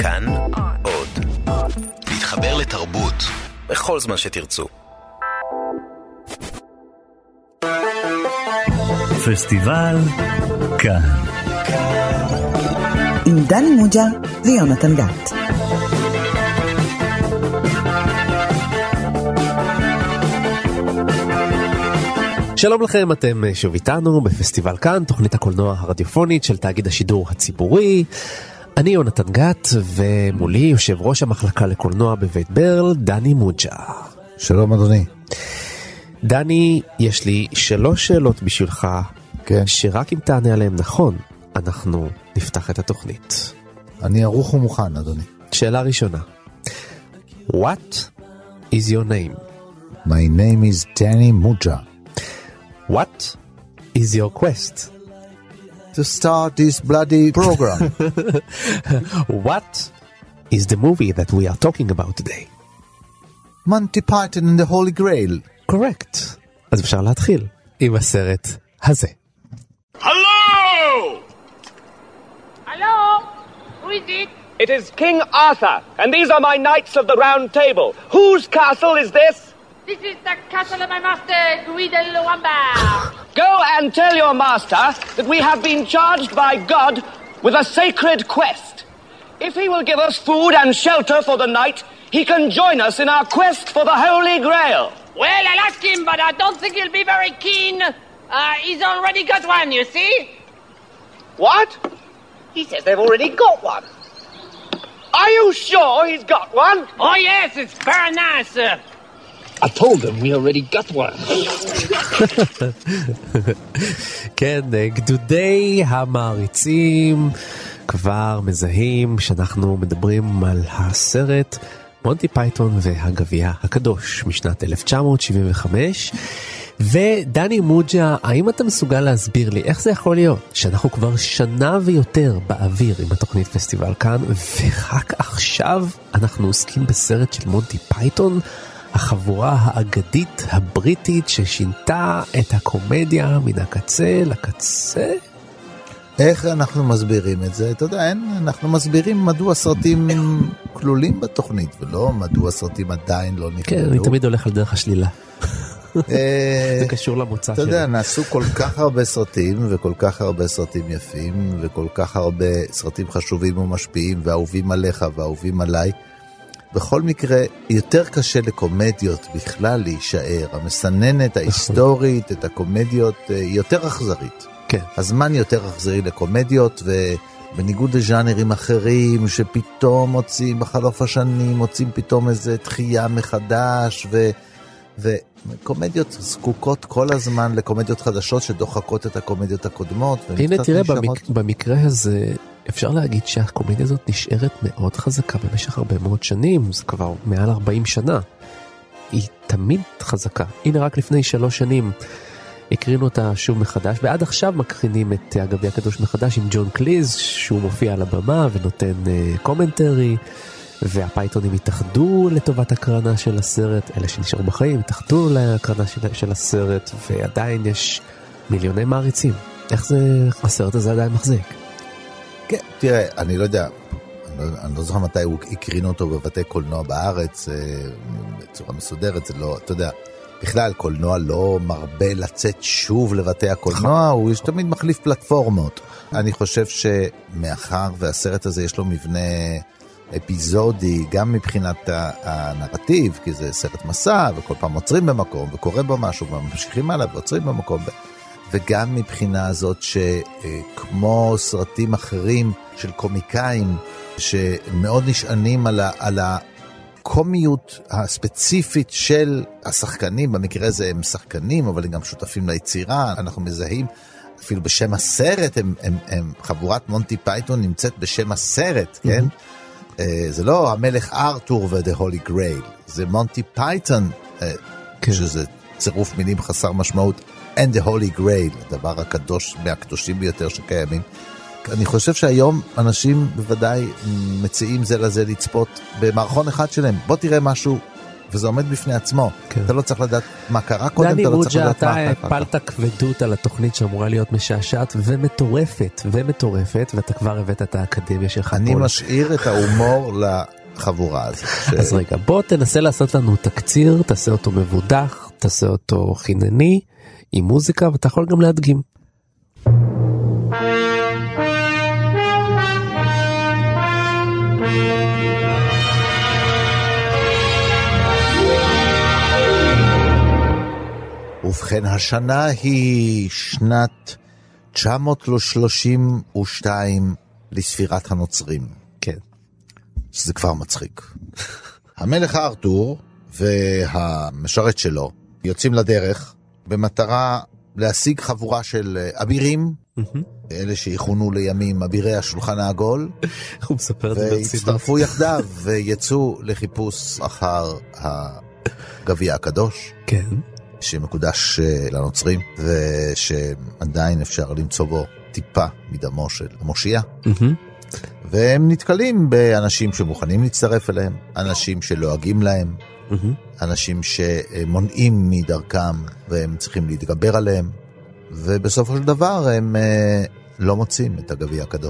כאן עוד. להתחבר לתרבות בכל זמן שתרצו. פסטיבל כאן. עם דני מוג'ה ויונתן גת. שלום לכם, אתם שוב איתנו בפסטיבל כאן, תוכנית הקולנוע הרדיופונית של תאגיד השידור הציבורי. אני יונתן גת, ומולי יושב ראש המחלקה לקולנוע בבית ברל, דני מוג'ה. שלום אדוני. דני, יש לי 3 שאלות בשבילך, כן. שרק אם תענה עליהם נכון, אנחנו נפתח את התוכנית. אני ערוך ומוכן, אדוני. שאלה ראשונה. What is your name? My name is Danny Mugha. What is your quest? To start this bloody program. What is the movie that we are talking about today? Monty Python and the Holy Grail. Correct. אז אפשר להתחיל עם הסרט הזה. Hello! Hello? Who is it? It is King Arthur, and these are my knights of the Round Table. Whose castle is this? This is the castle of my master, Guy de Luamba. Go and tell your master that we have been charged by God with a sacred quest. If he will give us food and shelter for the night, he can join us in our quest for the Holy Grail. Well, I'll ask him, but I don't think he'll be very keen. He's already got one, you see? What? He says they've already got one. Are you sure he's got one? Oh, yes, it's very nice, sir. I told them we already got one. כן, גדודי המעריצים כבר מזהים שאנחנו מדברים על הסרט מונטי פייתון והגביע הקדוש משנת 1975. ודני מוג'ה, האם אתה מסוגל להסביר לי איך זה יכול להיות שאנחנו כבר שנה ויותר באוויר עם התוכנית פסטיבל כאן, ורק עכשיו אנחנו עוסקים בסרט של מונטי פייתון, החבורה האגדית הבריטית ששינתה את הקומדיה מן הקצה לקצה? איך אנחנו מסבירים את זה? אתה יודע, אנחנו מסבירים מדוע סרטים כלולים בתוכנית, ולא מדוע סרטים עדיין לא נכללו. כן, אני תמיד הולך על דרך השלילה. זה קשור למוצא שלי. אתה יודע, נעשו כל כך הרבה סרטים, וכל כך הרבה סרטים יפים, וכל כך הרבה סרטים חשובים ומשפיעים, ואהובים עליך ואהובים עליי. בכל מקרה, יותר קשה לקומדיות בכלל להישאר. המסננת ההיסטורית, את הקומדיות, יותר אכזרית. כן. הזמן יותר אכזרי לקומדיות, ובניגוד לז'אנרים אחרים, שפתאום מוצאים בחלוף השנים, מוצאים פתאום איזה תחייה מחדש, וקומדיות זקוקות כל הזמן לקומדיות חדשות שדוחקות את הקומדיות הקודמות. הנה תראה, במקרה הזה אפשר להגיד שהקומדיה הזאת נשארת מאוד חזקה במשך הרבה מאוד שנים, זה כבר מעל 40 שנה. היא תמיד חזקה. הנה רק לפני 3 שנים הקרינו אותה שוב מחדש, ועד עכשיו מקרינים את הגביע הקדוש מחדש עם ג'ון קליז, שהוא מופיע על הבמה ונותן קומנטרי, והפייתונים התאחדו לטובת הקרנה של הסרט, אלה שנשארו בחיים התאחדו להקרנה של הסרט, ועדיין יש מיליוני מעריצים. איך זה, הסרט הזה עדיין מחזיק? כן, תראה, אני לא יודע, אני לא זוכר מתי הוא הקרינו אותו בבתי קולנוע בארץ, בצורה מסודרת, זה לא, אתה יודע, בכלל קולנוע לא מרבה לצאת שוב לבתי הקולנוע, הוא יש תמיד מחליף פלטפורמות. אני חושב שמאחר והסרט הזה יש לו מבנה אפיזודי, גם מבחינת הנרטיב, כי זה סרט מסע, וכל פעם עוצרים במקום, וקורה בו משהו, וממשיכים עליו, ועוצרים במקום, וגם מבחינה הזאת שכמו סרטים אחרים של קומיקאים, שמאוד נשענים על הקומיות הספציפית של השחקנים, במקרה הזה הם שחקנים, אבל הם גם שותפים ליצירה, אנחנו מזהים, אפילו בשם הסרט, הם חבורת מונטי פייתון נמצאת בשם הסרט, כן? זה לא המלך ארתור ו-The Holy Grail, זה מונטי פייתון, שזה צירוף מילים חסר משמעות, and the Holy Grail, הדבר הקדוש מהקדושים ביותר שקיימים. אני חושב שהיום אנשים בוודאי מציעים זה לזה לצפות במערכון אחד שלהם. בוא תראה משהו וזה עומד בפני עצמו. אתה לא צריך לדעת מה קרה קודם, אתה לא צריך לדעת מה אתה הפלת כבדות על התוכנית שאמורה להיות משעשעת ומטורפת, ואתה כבר הבאת את האקדמיה שלך. אני משאיר את ההומור לחבורה הזאת. אז רגע, בוא תנסה לעשות לנו תקציר, תעשה אותו מבודח, תעשה אותו חינני, עם מוזיקה, ואתה יכול גם להדגים. ובכן, השנה היא שנת 932 לספירת הנוצרים. כן. שזה כבר מצחיק. המלך ארתור והמשרת שלו יוצאים לדרך במטרה להשיג חבורה של אבירים, אלה שיכונו לימים אבירי השולחן העגול, והצטרפו יחדיו ויצאו לחיפוש אחר הגביע הקדוש. כן. שמקודש לנוצרים, ושעדיין אפשר למצוא בו טיפה מדמו של המושיע. והם נתקלים באנשים שמוכנים להצטרף אליהם, אנשים שלועגים להם, אנשים שמונעים מדרכם והם צריכים להתגבר עליהם, ובסופו של דבר הם לא מוצאים את הגביע הקדוש.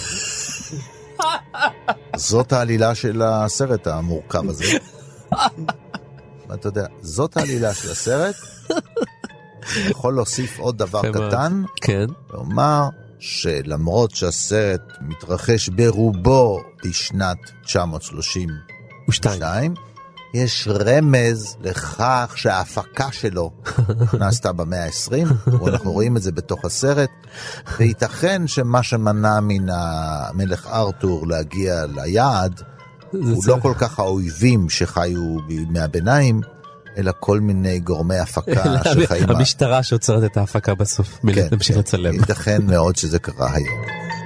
זאת העלילה של הסרט המורכב הזה. אתה יודע, זאת העלילה של הסרט. יכול להוסיף עוד דבר קטן. כן. ואומר שלמרות שהסרט מתרחש ברובו בשנת 932, יש רמז לכך שההפקה שלו נעשתה במאה ה-20, ואנחנו רואים את זה בתוך הסרט, וייתכן שמה שמנע מן המלך ארתור להגיע ליעד, הוא לא כל כך האויבים שחיו מהביניים, אלא כל מיני גורמי הפקה שחיים... המשטרה שעוצרת את ההפקה בסוף, נמשיך לצלם. ייתכן מאוד שזה קרה היום.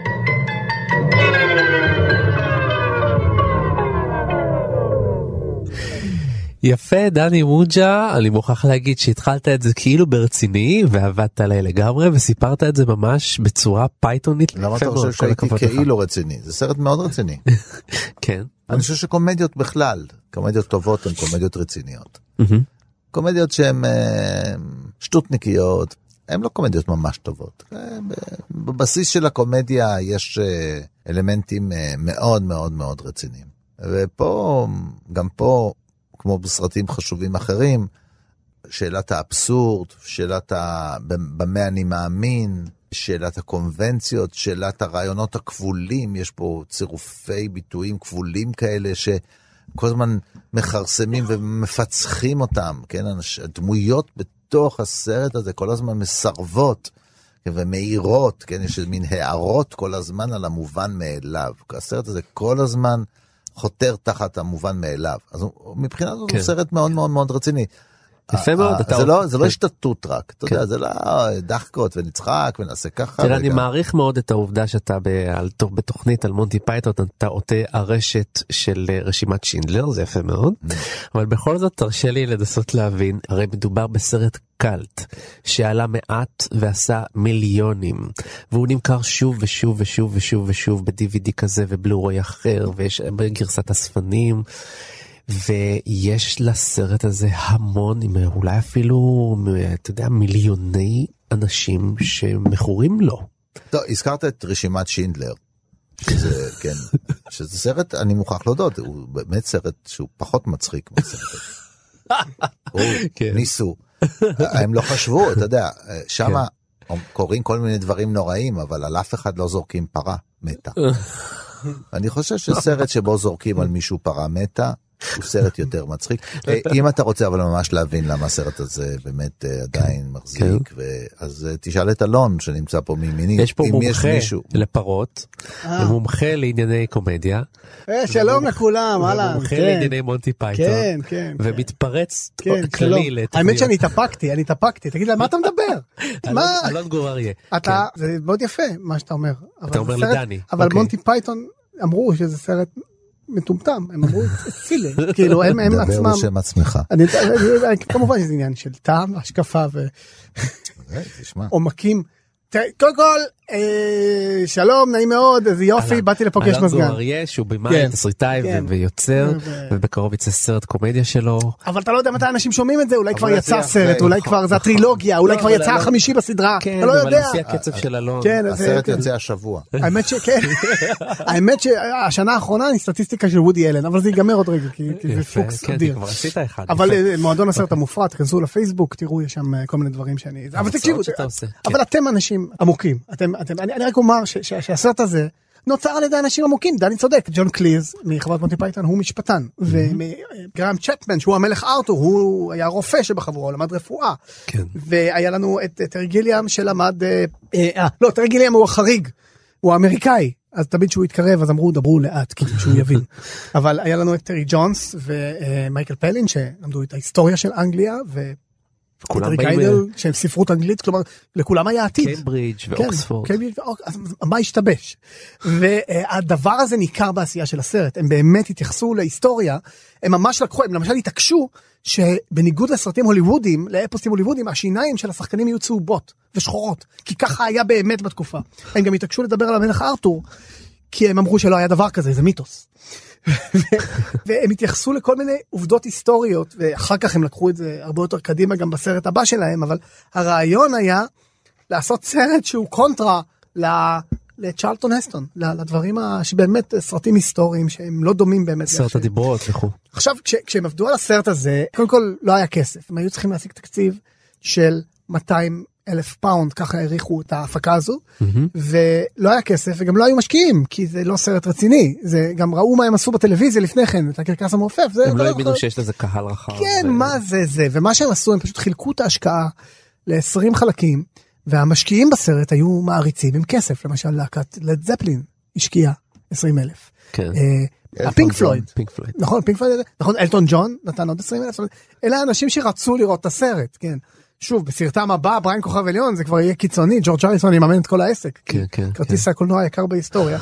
יפה, דני מוג'ה, אני מוכרח להגיד שהתחלת את זה כאילו ברציני, ועבדת עליי לגמרי, וסיפרת את זה ממש בצורה פייתונית. למה אתה חושב שהייתי כאילו רציני? זה סרט מאוד רציני. כן. אני חושב שקומדיות בכלל, קומדיות טובות הן קומדיות רציניות. קומדיות שהן שטותניקיות, הן לא קומדיות ממש טובות. בבסיס של הקומדיה יש אלמנטים מאוד מאוד מאוד רציניים. ופה, גם פה, כמו בסרטים חשובים אחרים, שאלת האבסורד, שאלת במה אני מאמין, שאלת הקונבנציות, שאלת הרעיונות הכבולים, יש פה צירופי ביטויים כבולים כאלה שכל הזמן מחרסמים ומפצחים אותם, כן? הדמויות בתוך הסרט הזה כל הזמן מסרבות ומאירות, כן? יש מין הערות כל הזמן על המובן מאליו. הסרט הזה כל הזמן חותר תחת המובן מאליו. אז מבחינת זאת הוא סרט מאוד מאוד מאוד רציני. יפה מאוד. זה לא השתתות רק, אתה יודע, זה לא דחקות ונצחק ונעשה ככה. תראה, אני מעריך מאוד את העובדה שאתה בתוכנית על מונטי פייתון, אתה עוטה הרשת של רשימת שינדלר, זה יפה מאוד, אבל בכל זאת תרשה לי לנסות להבין, הרי מדובר בסרט קלט, שעלה מעט ועשה מיליונים, והוא נמכר שוב ושוב ושוב ושוב ושוב ב-DVD כזה ובלוריי אחר, ויש בגרסת הספנים, ויש לסרט הזה המון, אולי אפילו, אתה יודע, מיליוני אנשים שמכורים לו. טוב, הזכרת את רשימת שינדלר, שזה, כן, שזה סרט, אני מוכרח להודות, הוא באמת סרט שהוא פחות מצחיק מהסרט הזה. ניסו, הם לא חשבו, אתה יודע, שמה קוראים כל מיני דברים נוראים, אבל על אף אחד לא זורקים פרה מתה. אני חושב שסרט שבו זורקים על מישהו פרה מתה, הוא סרט יותר מצחיק. אם אתה רוצה אבל ממש להבין למה הסרט הזה באמת עדיין מחזיק, אז תשאל את אלון שנמצא פה מימיני. יש פה מומחה לפרות, ומומחה לענייני קומדיה. שלום לכולם, הלאה. ומומחה לענייני מונטי פייתון. כן, כן. ומתפרץ כללי לתוכניות. האמת שאני התאפקתי. תגיד לה, מה אתה מדבר? אלון גורר יהיה. זה מאוד יפה מה שאתה אומר. אתה אומר לדני. אבל מונטי פייתון אמרו שזה סרט מטומטם, הם אמרו צילה, כאילו הם עצמם. דבר בשם עצמך. כמובן שזה עניין של טעם, השקפה ועומקים, קודם כל, שלום, נעים מאוד, איזה יופי, באתי לפוגש מזגן. אלון אריה, שהוא במאי, תסריטאי ויוצר, ובקרוב יצא סרט קומדיה שלו. אבל אתה לא יודע מתי אנשים שומעים את זה, אולי כבר יצא סרט, אולי כבר זה הטרילוגיה, אולי כבר יצא החמישי בסדרה, אתה לא יודע. לפי הקצב של אלון. הסרט יוצא השבוע. האמת שכן, האמת שהשנה האחרונה היא סטטיסטיקה של וודי אלן, אבל זה ייגמר עוד רגע, כי זה פוקס אדיר. כבר עשית אחד. אבל מועדון הסרט המופרט, תכנסו לפייסבוק, תראו, יש שם כל מיני דברים שאני... אבל תקשיבו, אבל אתם אנשים עמוקים. אני רק אומר שהסרט הזה נוצר על ידי אנשים עמוקים. דני צודק, ג'ון קליז מחברת מונטי פייתון הוא משפטן, וגרהם צ'פמן שהוא המלך ארתור, הוא היה רופא שבחבורה, הוא למד רפואה, והיה לנו את טרי גיליאם שלמד, לא, טרי גיליאם הוא החריג, הוא האמריקאי, אז תמיד שהוא התקרב אז אמרו דברו לאט כאילו שהוא יבין. אבל היה לנו את טרי ג'ונס ומייקל פלין שלמדו את ההיסטוריה של אנגליה, כולם באים שהם ספרות אנגלית, כלומר לכולם היה עתיד. קיימברידג' ואוקספורד. אז מה השתבש? והדבר הזה ניכר בעשייה של הסרט, הם באמת התייחסו להיסטוריה, הם ממש לקחו, הם למשל התעקשו שבניגוד לסרטים הוליוודיים, לאפוסטים הוליוודיים, השיניים של השחקנים יהיו צהובות ושחורות, כי ככה היה באמת בתקופה. הם גם התעקשו לדבר על המלך ארתור, כי הם אמרו שלא היה דבר כזה, זה מיתוס. והם התייחסו לכל מיני עובדות היסטוריות, ואחר כך הם לקחו את זה הרבה יותר קדימה גם בסרט הבא שלהם, אבל הרעיון היה לעשות סרט שהוא קונטרה לצ'רלטון הסטון, לדברים שבאמת סרטים היסטוריים שהם לא דומים באמת. סרט הדיברות, לכו. עכשיו, כשהם עבדו על הסרט הזה, קודם כל לא היה כסף, הם היו צריכים להשיג תקציב של 200,000 פאונד, ככה העריכו את ההפקה הזו, ולא היה כסף, וגם לא היו משקיעים, כי זה לא סרט רציני, זה גם ראו מה הם עשו בטלוויזיה לפני כן, את הקרקס המעופף, הם לא האמינו שיש לזה קהל רחב. כן, מה זה, ומה שהם עשו, הם פשוט חילקו את ההשקעה ל-20 חלקים, והמשקיעים בסרט היו מעריצים עם כסף, למשל להקת לד זפלין, השקיעה 20,000. כן. הפינק פלויד, נכון, פינק פלויד, נכון, אלטון ג'ון נתן עוד 20,000, אלה האנשים שרצו לראות את הסרט, כן. שוב, בסרטם הבא, בריין כוכב עליון, זה כבר יהיה קיצוני, ג'ורג' אריסון יממן את כל העסק. כן, כן. כרטיס הקולנוע היקר בהיסטוריה.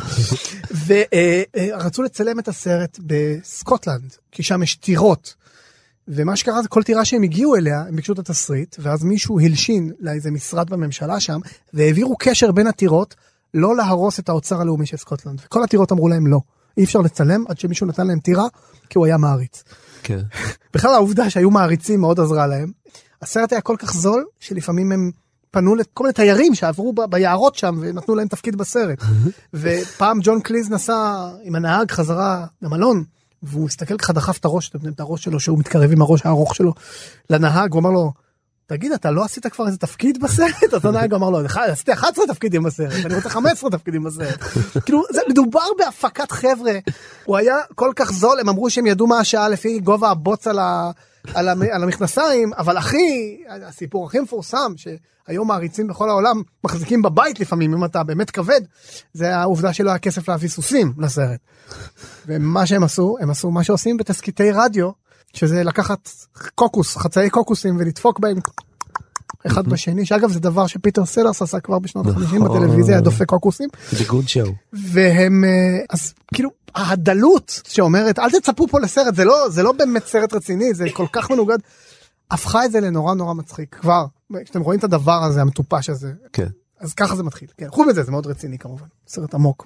ורצו לצלם את הסרט בסקוטלנד, כי שם יש טירות. ומה שקרה זה כל טירה שהם הגיעו אליה, הם ביקשו את התסריט, ואז מישהו הלשין לאיזה משרד בממשלה שם, והעבירו קשר בין הטירות, לא להרוס את האוצר הלאומי של סקוטלנד. וכל הטירות אמרו להם לא. אי אפשר לצלם עד שמישהו נתן להם טירה, כי הוא היה מעריץ. כן. בכלל העובדה שהיו מעריצים מאוד עזרה להם. הסרט היה כל כך זול, שלפעמים הם פנו לכל מיני תיירים שעברו ביערות שם, ונתנו להם תפקיד בסרט. ופעם ג'ון קליז נסע עם הנהג חזרה למלון, והוא הסתכל ככה דחף את הראש שלו, שהוא מתקרב עם הראש הארוך שלו לנהג, הוא אמר לו, תגיד, אתה לא עשית כבר איזה תפקיד בסרט? אז הנהג אמר לו, עשיתי 11 תפקידים בסרט, אני רוצה 15 תפקידים בסרט. כאילו, זה מדובר בהפקת חבר'ה, הוא היה כל כך זול, הם אמרו שהם ידעו מה השעה לפי גובה הבוץ על המכנסיים, אבל הסיפור הכי מפורסם, שהיום מעריצים בכל העולם, מחזיקים בבית לפעמים, אם אתה באמת כבד, זה העובדה שלא היה כסף להביא סוסים לסרט. ומה שהם עשו, הם עשו מה שעושים בתסקיטי רדיו, שזה לקחת קוקוס, חצאי קוקוסים, ולדפוק בהם אחד בשני, שאגב זה דבר שפיטר סלרס עשה כבר בשנות ה-50 בטלוויזיה, דופק קוקוסים. ביגוד שואו. והם, אז כאילו, ההדלות שאומרת, אל תצפו פה לסרט, זה לא באמת סרט רציני, זה כל כך מנוגד, הפכה את זה לנורא נורא מצחיק, כבר, כשאתם רואים את הדבר הזה, המטופש הזה, כן. אז ככה זה מתחיל, כן, חוץ מזה, זה מאוד רציני כמובן, סרט עמוק,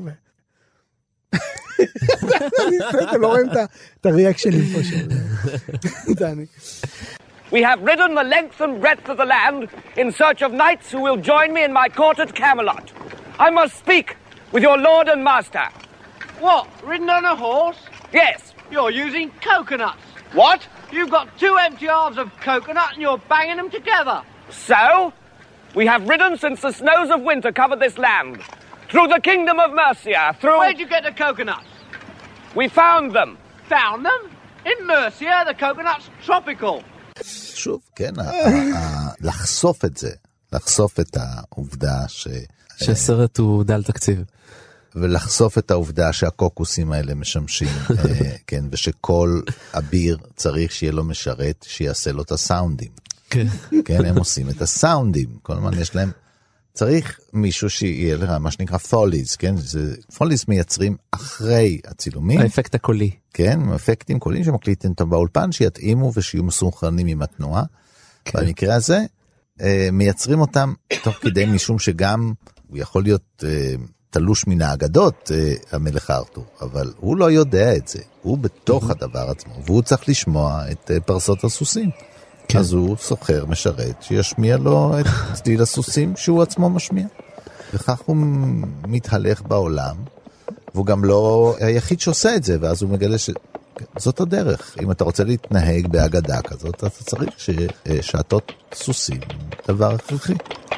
אתם לא רואים את הריאקשנים פה של דני. We have ridden the length and breadth of the land in search of knights who will join me in my court at Camelot. I must speak with your lord and master. What? Ridden on a horse? Yes. You're using coconuts. What? You've got 2 empty halves of coconut and you're banging them together. So, we have ridden since the snows of winter covered this land. Through the kingdom of Mercia, through... Where'd you get the coconuts? We found them. Found them? In Mercia, the coconut's tropical. שוב, כן, לחשוף את זה, לחשוף את העובדה שהסרט הוא דל תקציב. ולחשוף את העובדה שהקוקוסים האלה משמשים, כן, ושכל אביר צריך שיהיה לו משרת, שיעשה לו את הסאונדים. כן. כן, הם עושים את הסאונדים, כל הזמן יש להם, צריך מישהו שיהיה לך, מה שנקרא פוליז, כן, פוליז מייצרים אחרי הצילומים. האפקט הקולי. כן, אפקטים קוליים שמקליטים אותם באולפן, שיתאימו ושיהיו מסונכרנים עם התנועה. במקרה הזה, מייצרים אותם תוך כדי משום שגם הוא יכול להיות תלוש מן האגדות, המלך ארתור, אבל הוא לא יודע את זה, הוא בתוך הדבר עצמו, והוא צריך לשמוע את פרסות הסוסים. כן. אז הוא סוחר משרת שישמיע לו את צליל הסוסים שהוא עצמו משמיע. וכך הוא מתהלך בעולם, והוא גם לא היחיד שעושה את זה, ואז הוא מגלה שזאת הדרך. אם אתה רוצה להתנהג באגדה כזאת, אתה צריך ששעתות סוסים, דבר הכרחי.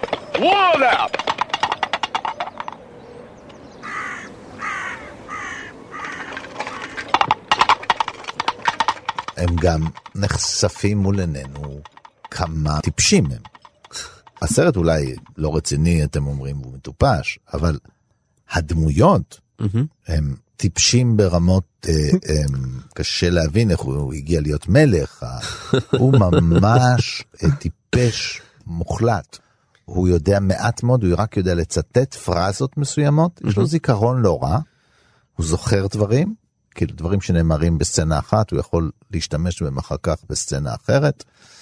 הם גם נחשפים מול עינינו כמה טיפשים הם. הסרט אולי לא רציני, אתם אומרים, הוא מטופש, אבל הדמויות הם טיפשים ברמות, קשה להבין איך הוא הגיע להיות מלך, הוא ממש טיפש מוחלט. הוא יודע מעט מאוד, הוא רק יודע לצטט פרזות מסוימות, יש לו זיכרון לא רע, הוא זוכר דברים, כאילו דברים שנאמרים בסצנה אחת, הוא יכול להשתמש בהם אחר כך בסצנה אחרת,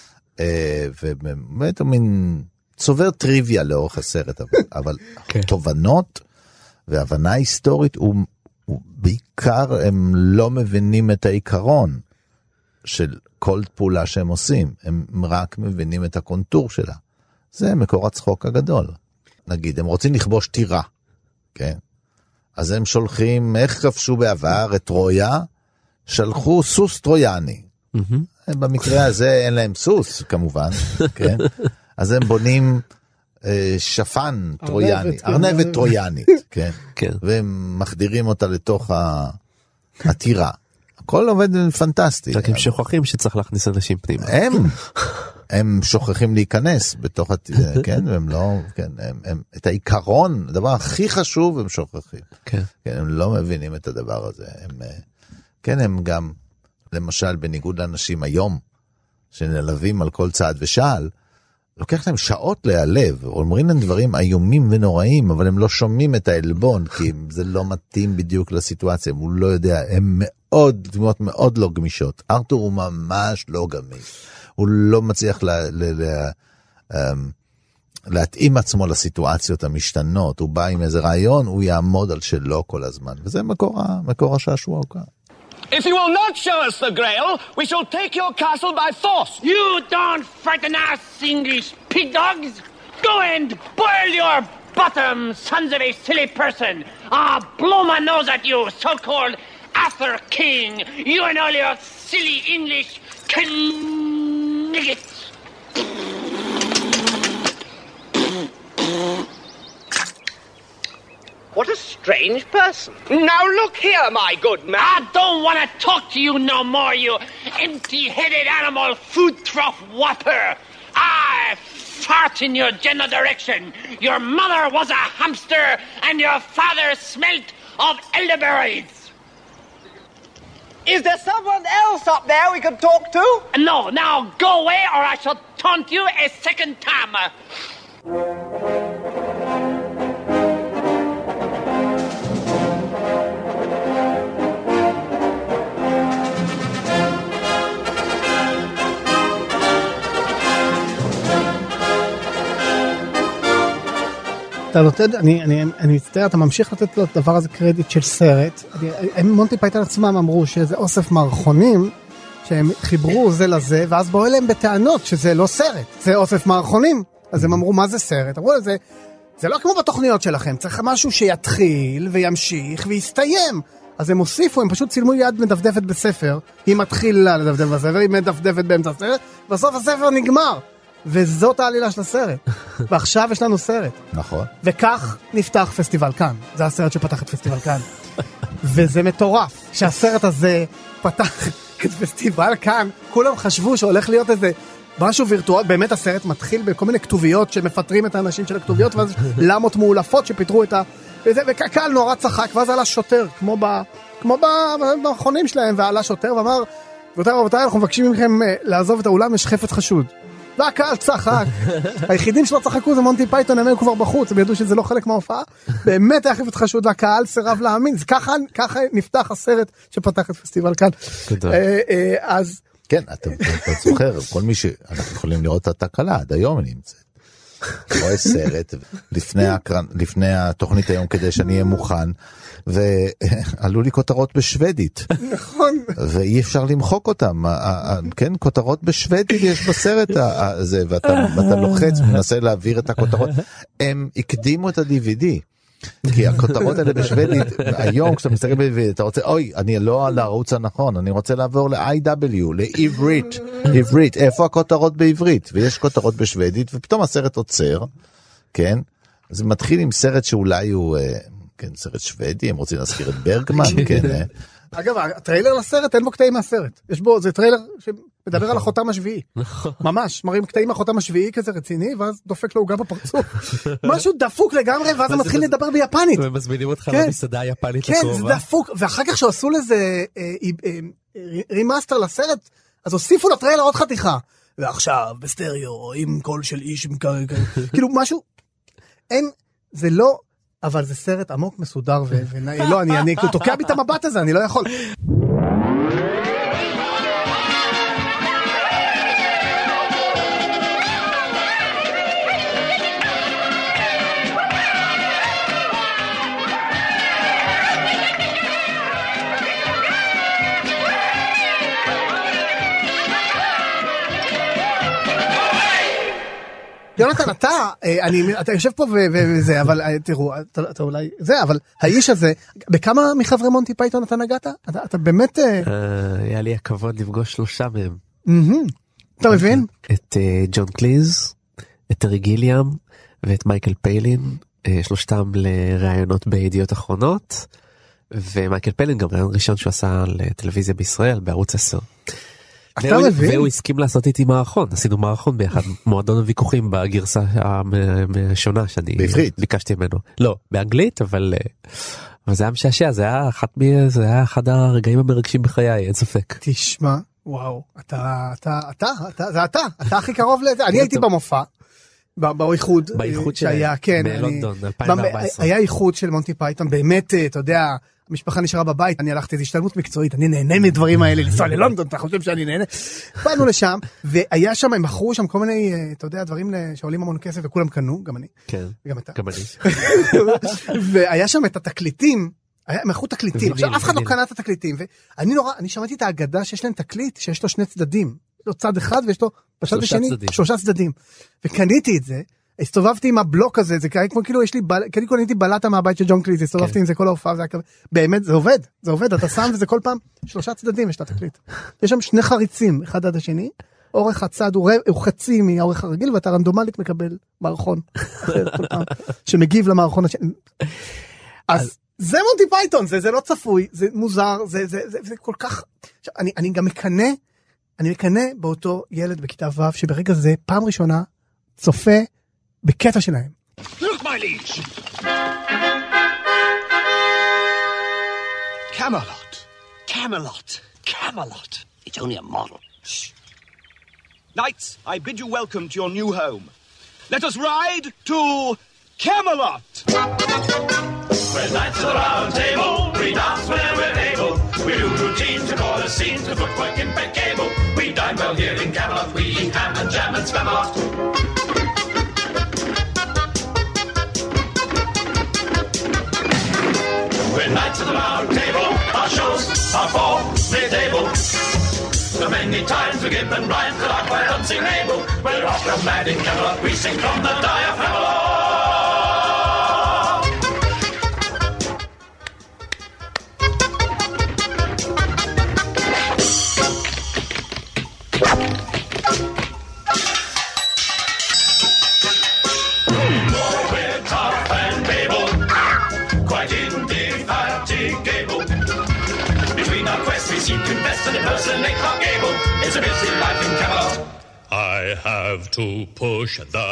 ובאמת הוא מין צובר טריוויה לאורך הסרט, אבל תובנות והבנה היסטורית, בעיקר הם לא מבינים את העיקרון של כל פעולה שהם עושים, הם רק מבינים את הקונטור שלה. זה מקור הצחוק הגדול. נגיד, הם רוצים לכבוש טירה, כן? אז הם שולחים, איך כבשו בעבר את טרויה? שלחו סוס טרויאני. במקרה הזה אין להם סוס, כמובן, כן? אז הם בונים שפן טרויאני, ארנבת טרויאנית, כן? והם מחדירים אותה לתוך הטירה. הכל עובד פנטסטי. רק הם שוכחים שצריך להכניס אנשים פנימה. הם שוכחים להיכנס בתוך, כן, והם לא, כן, הם את העיקרון, הדבר הכי חשוב הם שוכחים. כן, הם לא מבינים את הדבר הזה. כן, הם גם, למשל, בניגוד לאנשים היום, שנלווים על כל צעד ושעל, לוקח להם שעות להיעלב, אומרים להם דברים איומים ונוראים, אבל הם לא שומעים את העלבון, כי זה לא מתאים בדיוק לסיטואציה, הוא לא יודע, הם מאוד, דמות מאוד לא גמישות. ארתור הוא ממש לא גמיש. הוא לא מצליח להתאים עצמו לסיטואציות המשתנות, הוא בא עם איזה רעיון, הוא יעמוד על שלו כל הזמן, וזה מקור השעשוע כאן. If you will not show us the Grail, we shall take your castle by force. You don't frighten us, English pig dogs. Go and boil your bottom, sons of a silly person. Blow my nose at you, so-called Arthur King. You and all your silly English kniggets. What a strange person. Now look here, my good man. I don't want to talk to you no more, you empty-headed animal food trough whopper. I fart in your general direction. Your mother was a hamster and your father smelt of elderberries. Is there someone else up there we could talk to? No, now go away or I shall taunt you a second time. אתה נותן, אני מצטער, אתה ממשיך לתת לו את הדבר הזה קרדיט של סרט. מונטי פייתון עצמם אמרו שזה אוסף מערכונים שהם חיברו זה לזה, ואז באו אליהם בטענות שזה לא סרט, זה אוסף מערכונים. אז הם אמרו, מה זה סרט? אמרו לזה, זה לא כמו בתוכניות שלכם, צריך משהו שיתחיל וימשיך ויסתיים. אז הם הוסיפו, הם פשוט צילמו יד מדפדפת בספר, היא מתחילה לדפדף בספר, היא מדפדפת באמצע הסרט, בסוף הספר נגמר. וזאת העלילה של הסרט. ועכשיו יש לנו סרט. נכון. וכך נפתח פסטיבל כאן. זה הסרט שפתח את פסטיבל כאן. וזה מטורף שהסרט הזה פתח את פסטיבל כאן. כולם חשבו שהולך להיות איזה משהו וירטואלי. באמת הסרט מתחיל בכל מיני כתוביות שמפטרים את האנשים של הכתוביות, ואז למות מאולפות שפיתרו את ה... וקהל נורא צחק, ואז עלה שוטר, כמו במכונים שלהם, ועלה שוטר ואמר, רבותיי, אנחנו מבקשים מכם לעזוב את האולם, יש חפץ חשוד. והקהל צחק. היחידים שלא צחקו זה מונטי פייתון, הם היו כבר בחוץ, הם ידעו שזה לא חלק מההופעה. באמת היה חפץ חשוד, והקהל סירב להאמין. ככה נפתח הסרט שפתח את פסטיבל כאן. אז... כן, אתה זוכר, כל מי שאנחנו יכולים לראות את התקלה, עד היום אני נמצאת. רואה סרט לפני התוכנית היום כדי שאני אהיה מוכן, ועלו לי כותרות בשוודית. נכון. ואי אפשר למחוק אותם. כן, כותרות בשוודית יש בסרט הזה, ואתה לוחץ ומנסה להעביר את הכותרות. הם הקדימו את ה-DVD. כי הכותרות האלה בשוודית, היום כשאתה מסתכל בשוודית, אתה רוצה, אוי, אני לא על הערוץ הנכון, אני רוצה לעבור ל-IW, לעברית, עברית, איפה הכותרות בעברית? ויש כותרות בשוודית, ופתאום הסרט עוצר, כן? זה מתחיל עם סרט שאולי הוא, כן, סרט שוודי, הם רוצים להזכיר את ברגמן, כן. אגב, הטריילר לסרט, אין בו קטעים מהסרט. יש בו, זה טריילר שמדבר על החותם השביעי. ממש, מראים קטעים מהחותם השביעי כזה רציני, ואז דופק לו עוגה בפרצוף. משהו דפוק לגמרי, ואז הם מתחילים לדבר ביפנית. ומזמינים אותך למסעדה היפנית לקרובה. כן, זה דפוק, ואחר כך שעשו לזה רימאסטר לסרט, אז הוסיפו לטריילר עוד חתיכה. ועכשיו, בסטריאו, עם קול של איש, כאילו משהו, אין, זה לא, אבל זה סרט עמוק מסודר לא, אני תוקע בי את המבט הזה, אני לא יכול. יונתן, אתה יושב פה וזה, אבל תראו, אתה אולי, זה, אבל האיש הזה, בכמה מחברי מונטי פייתון אתה נגעת? אתה באמת... היה לי הכבוד לפגוש 3 מהם. אתה מבין? את ג'ון קליז, את טרי גיליאם, ואת מייקל פיילין, 3 לראיונות בידיעות אחרונות, ומייקל פיילין גם ראיון ראשון שהוא עשה לטלוויזיה בישראל, בערוץ 10. והוא הסכים לעשות איתי מערכון, עשינו מערכון ביחד, מועדון הוויכוחים בגרסה השונה שאני ביקשתי ממנו. לא, באנגלית, אבל זה היה משעשע, זה היה אחד הרגעים המרגשים בחיי, אין ספק. תשמע, וואו, אתה הכי קרוב לזה, אני הייתי במופע, באיחוד שהיה, כן, בלונדון, 2014. היה איחוד של מונטי פייתון, באמת, אתה יודע, המשפחה נשארה בבית, אני הלכתי איזו השתלמות מקצועית, אני נהנה מדברים האלה, לנסוע ללונדון, אתה חושב שאני נהנה? באנו לשם, והיה שם, הם מכרו שם כל מיני, אתה יודע, דברים שעולים המון כסף, וכולם קנו, גם אני. כן, גם אתה. גם אני. והיה שם את התקליטים, הם מכרו תקליטים, עכשיו אף אחד לא קנה את התקליטים, ואני שמעתי את האגדה שיש להם תקליט, שיש לו 2 צדדים, יש לו צד אחד, ויש לו בצד השני 3 צדדים, וקניתי את זה, הסתובבתי עם הבלוק הזה, זה כאילו יש לי, כאילו קניתי בלטה מהבית של ג'ון קליז, הסתובבתי עם זה כל ההופעה, באמת זה עובד, אתה שם וזה כל פעם 3 צדדים יש את התקליט. יש שם 2 חריצים, אחד עד השני, אורך הצד הוא חצי מהאורך הרגיל, ואתה רנדומלית מקבל מערכון, שמגיב למערכון השני. אז זה מונטי פייתון, זה לא צפוי, זה מוזר, זה כל כך, אני גם מקנה באותו ילד בכיתה ו' שברגע זה פעם ראשונה צופה בקטע שלהם. Look, my liege! Camelot. It's only a model. Shh. Knights, I bid you welcome to your new home. Let us ride to Camelot! We're knights of the round table, we dance whenever we're able. We do routines, we call the scenes, the footwork impeccable. We dine well here in Camelot, we eat ham and jam and spam a lot. We're knights of the round table, our shows are for mid-table. So many times we give and rhymes that are quite unsingable. We're opera mad in Camelot, we sing from the diaphragm. And impersonate Clark Gable. It's a busy life in Camelot. I have to push the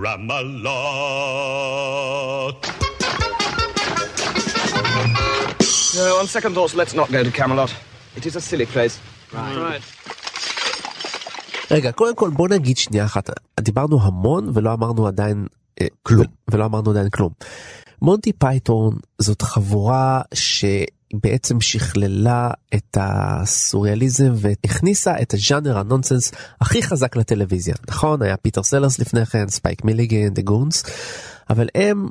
Pramalot. No, on second thoughts, let's not go to Camelot. It is a silly place. Right. רגע, קודם כל בוא נגיד שנייה אחת. דיברנו המון ולא אמרנו עדיין כלום. מונטי פייתון זאת חבורה בעצם שכללה את הסוריאליזם והכניסה את הז'אנר הנונסנס הכי חזק לטלוויזיה. נכון, היה פיטר סלרס לפני כן, ספייק מיליגן, דה גונס, אבל הם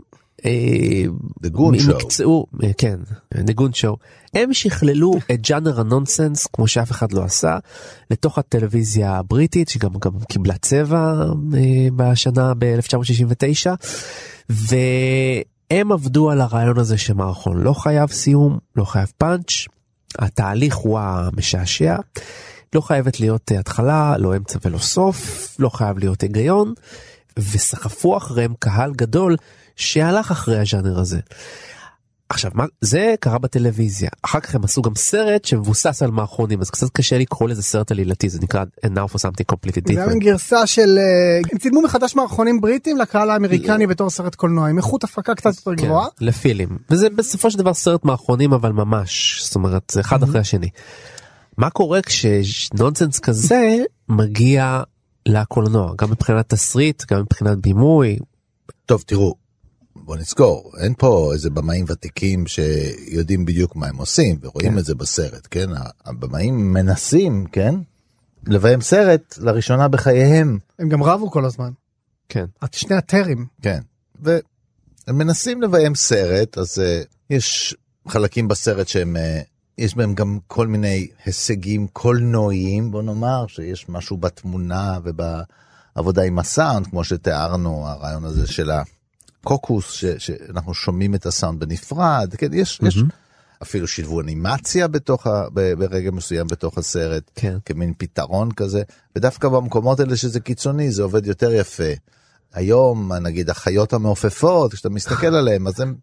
מקצועו, כן, דה גון שואו, הם שכללו את ז'אנר הנונסנס כמו שאף אחד לא עשה לתוך הטלוויזיה הבריטית, שגם קיבלה צבע בשנה ב-1969, והם עבדו על הרעיון הזה שמערכון לא חייב סיום, לא חייב פאנץ', התהליך הוא המשעשע, לא חייבת להיות התחלה, לא אמצע ולא סוף, לא חייב להיות היגיון, וסחפו אחריהם קהל גדול שהלך אחרי הז'אנר הזה. עכשיו, זה קרה בטלוויזיה. אחר כך הם עשו גם סרט שמבוסס על מערכונים, אז קצת קשה לקרוא לזה סרט עלילתי, זה נקרא And Now for Something Completely Different. זה היה גרסה של, הם צילמו מחדש מערכונים בריטים לקהל האמריקני בתור סרט קולנוע, עם איכות הפקה קצת יותר גבוהה. כן, לפילים. וזה בסופו של דבר סרט מערכונים, אבל ממש, זאת אומרת, זה אחד אחרי השני. מה קורה כשנונסנס כזה מגיע לקולנוע, גם מבחינת תסריט, גם מבחינת בימוי? טוב, תראו, בוא נזכור, אין פה איזה במאים ותיקים שיודעים בדיוק מה הם עושים, ורואים את זה בסרט, כן? הבמאים מנסים, כן? לביים סרט לראשונה בחייהם. הם גם רבו כל הזמן. כן. שני הטרים. כן. והם מנסים לביים סרט, אז יש חלקים בסרט שהם, יש בהם גם כל מיני הישגים קולנועיים, בוא נאמר, שיש משהו בתמונה ובעבודה עם הסאונד, כמו שתיארנו, הרעיון הזה של קוקוס, שאנחנו שומעים את הסאונד בנפרד, כן, יש אפילו שילבו אנימציה ברגע מסוים בתוך הסרט, כמין פתרון כזה, ודווקא במקומות האלה שזה קיצוני, זה עובד יותר יפה. היום, נגיד, החיות המעופפות, כשאתה מסתכל עליהם, אז הם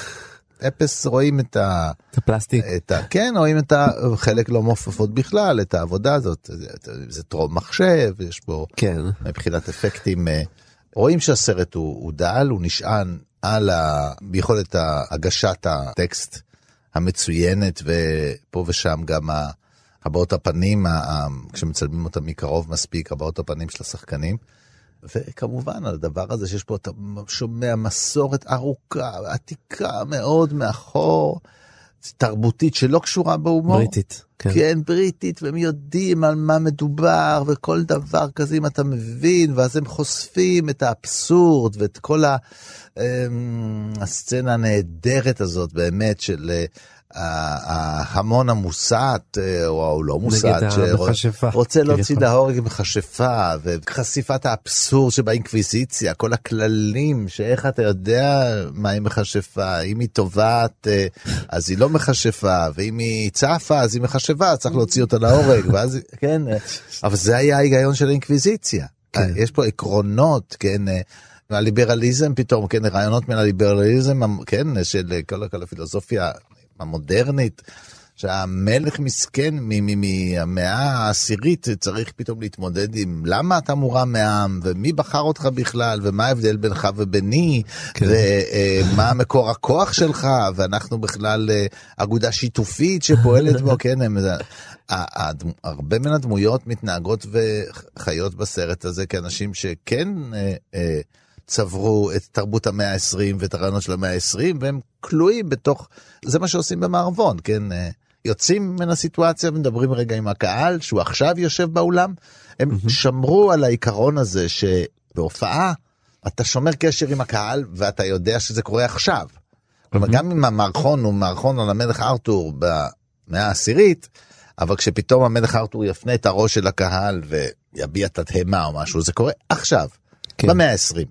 אפס רואים את הפלסטיק. כן, רואים את חלק לא מעופפות בכלל, את העבודה הזאת, זה טרום מחשב, יש בו מבחינת אפקטים, רואים שהסרט הוא דל, הוא נשען על ביכולת הגשת הטקסט המצוינת, ופה ושם גם הבעות הפנים, כשמצלמים אותם מקרוב מספיק, הבעות הפנים של השחקנים, וכמובן הדבר הזה שיש פה, אתה שומע מסורת ארוכה, עתיקה מאוד מאחור, תרבותית שלא קשורה בהומור. בריטית. כן, בריטית, והם יודעים על מה מדובר, וכל דבר כזה אם אתה מבין, ואז הם חושפים את האבסורד, ואת כל הסצנה הנהדרת הזאת, באמת, של ההמון המוסעת, או לא מוסעת, שרוצה להוציא להורג עם חשפה, וחשיפת האבסורד שבאינקוויזיציה, כל הכללים, שאיך אתה יודע מה היא מחשפה, אם היא טובעת, אז היא לא מחשפה, ואם היא צפה, אז היא מחשפה, צריך להוציא אותה להורג, ואז, כן, אבל זה היה ההיגיון של האינקוויזיציה. יש פה עקרונות, כן, מהליברליזם פתאום, כן, רעיונות מהליברליזם, כן, של כל הפילוסופיה המודרנית, שהמלך מסכן מהמאה העשירית צריך פתאום להתמודד עם למה אתה מורם מהעם, ומי בחר אותך בכלל, ומה ההבדל בינך וביני, ומה מקור הכוח שלך, ואנחנו בכלל אגודה שיתופית שפועלת בו, כן, הרבה מן הדמויות מתנהגות וחיות בסרט הזה כאנשים שכן צברו את תרבות המאה ה-20 ואת הרעיונות של המאה ה-20, והם כלואים בתוך, זה מה שעושים במערבון, כן? יוצאים מן הסיטואציה ומדברים רגע עם הקהל, שהוא עכשיו יושב באולם, הם שמרו על העיקרון הזה שבהופעה אתה שומר קשר עם הקהל, ואתה יודע שזה קורה עכשיו. כלומר, גם אם המערכון הוא מערכון על המלך ארתור במאה העשירית, אבל כשפתאום המלך ארתור יפנה את הראש של הקהל ויביע תדהמה או משהו, זה קורה עכשיו, במאה ה-20.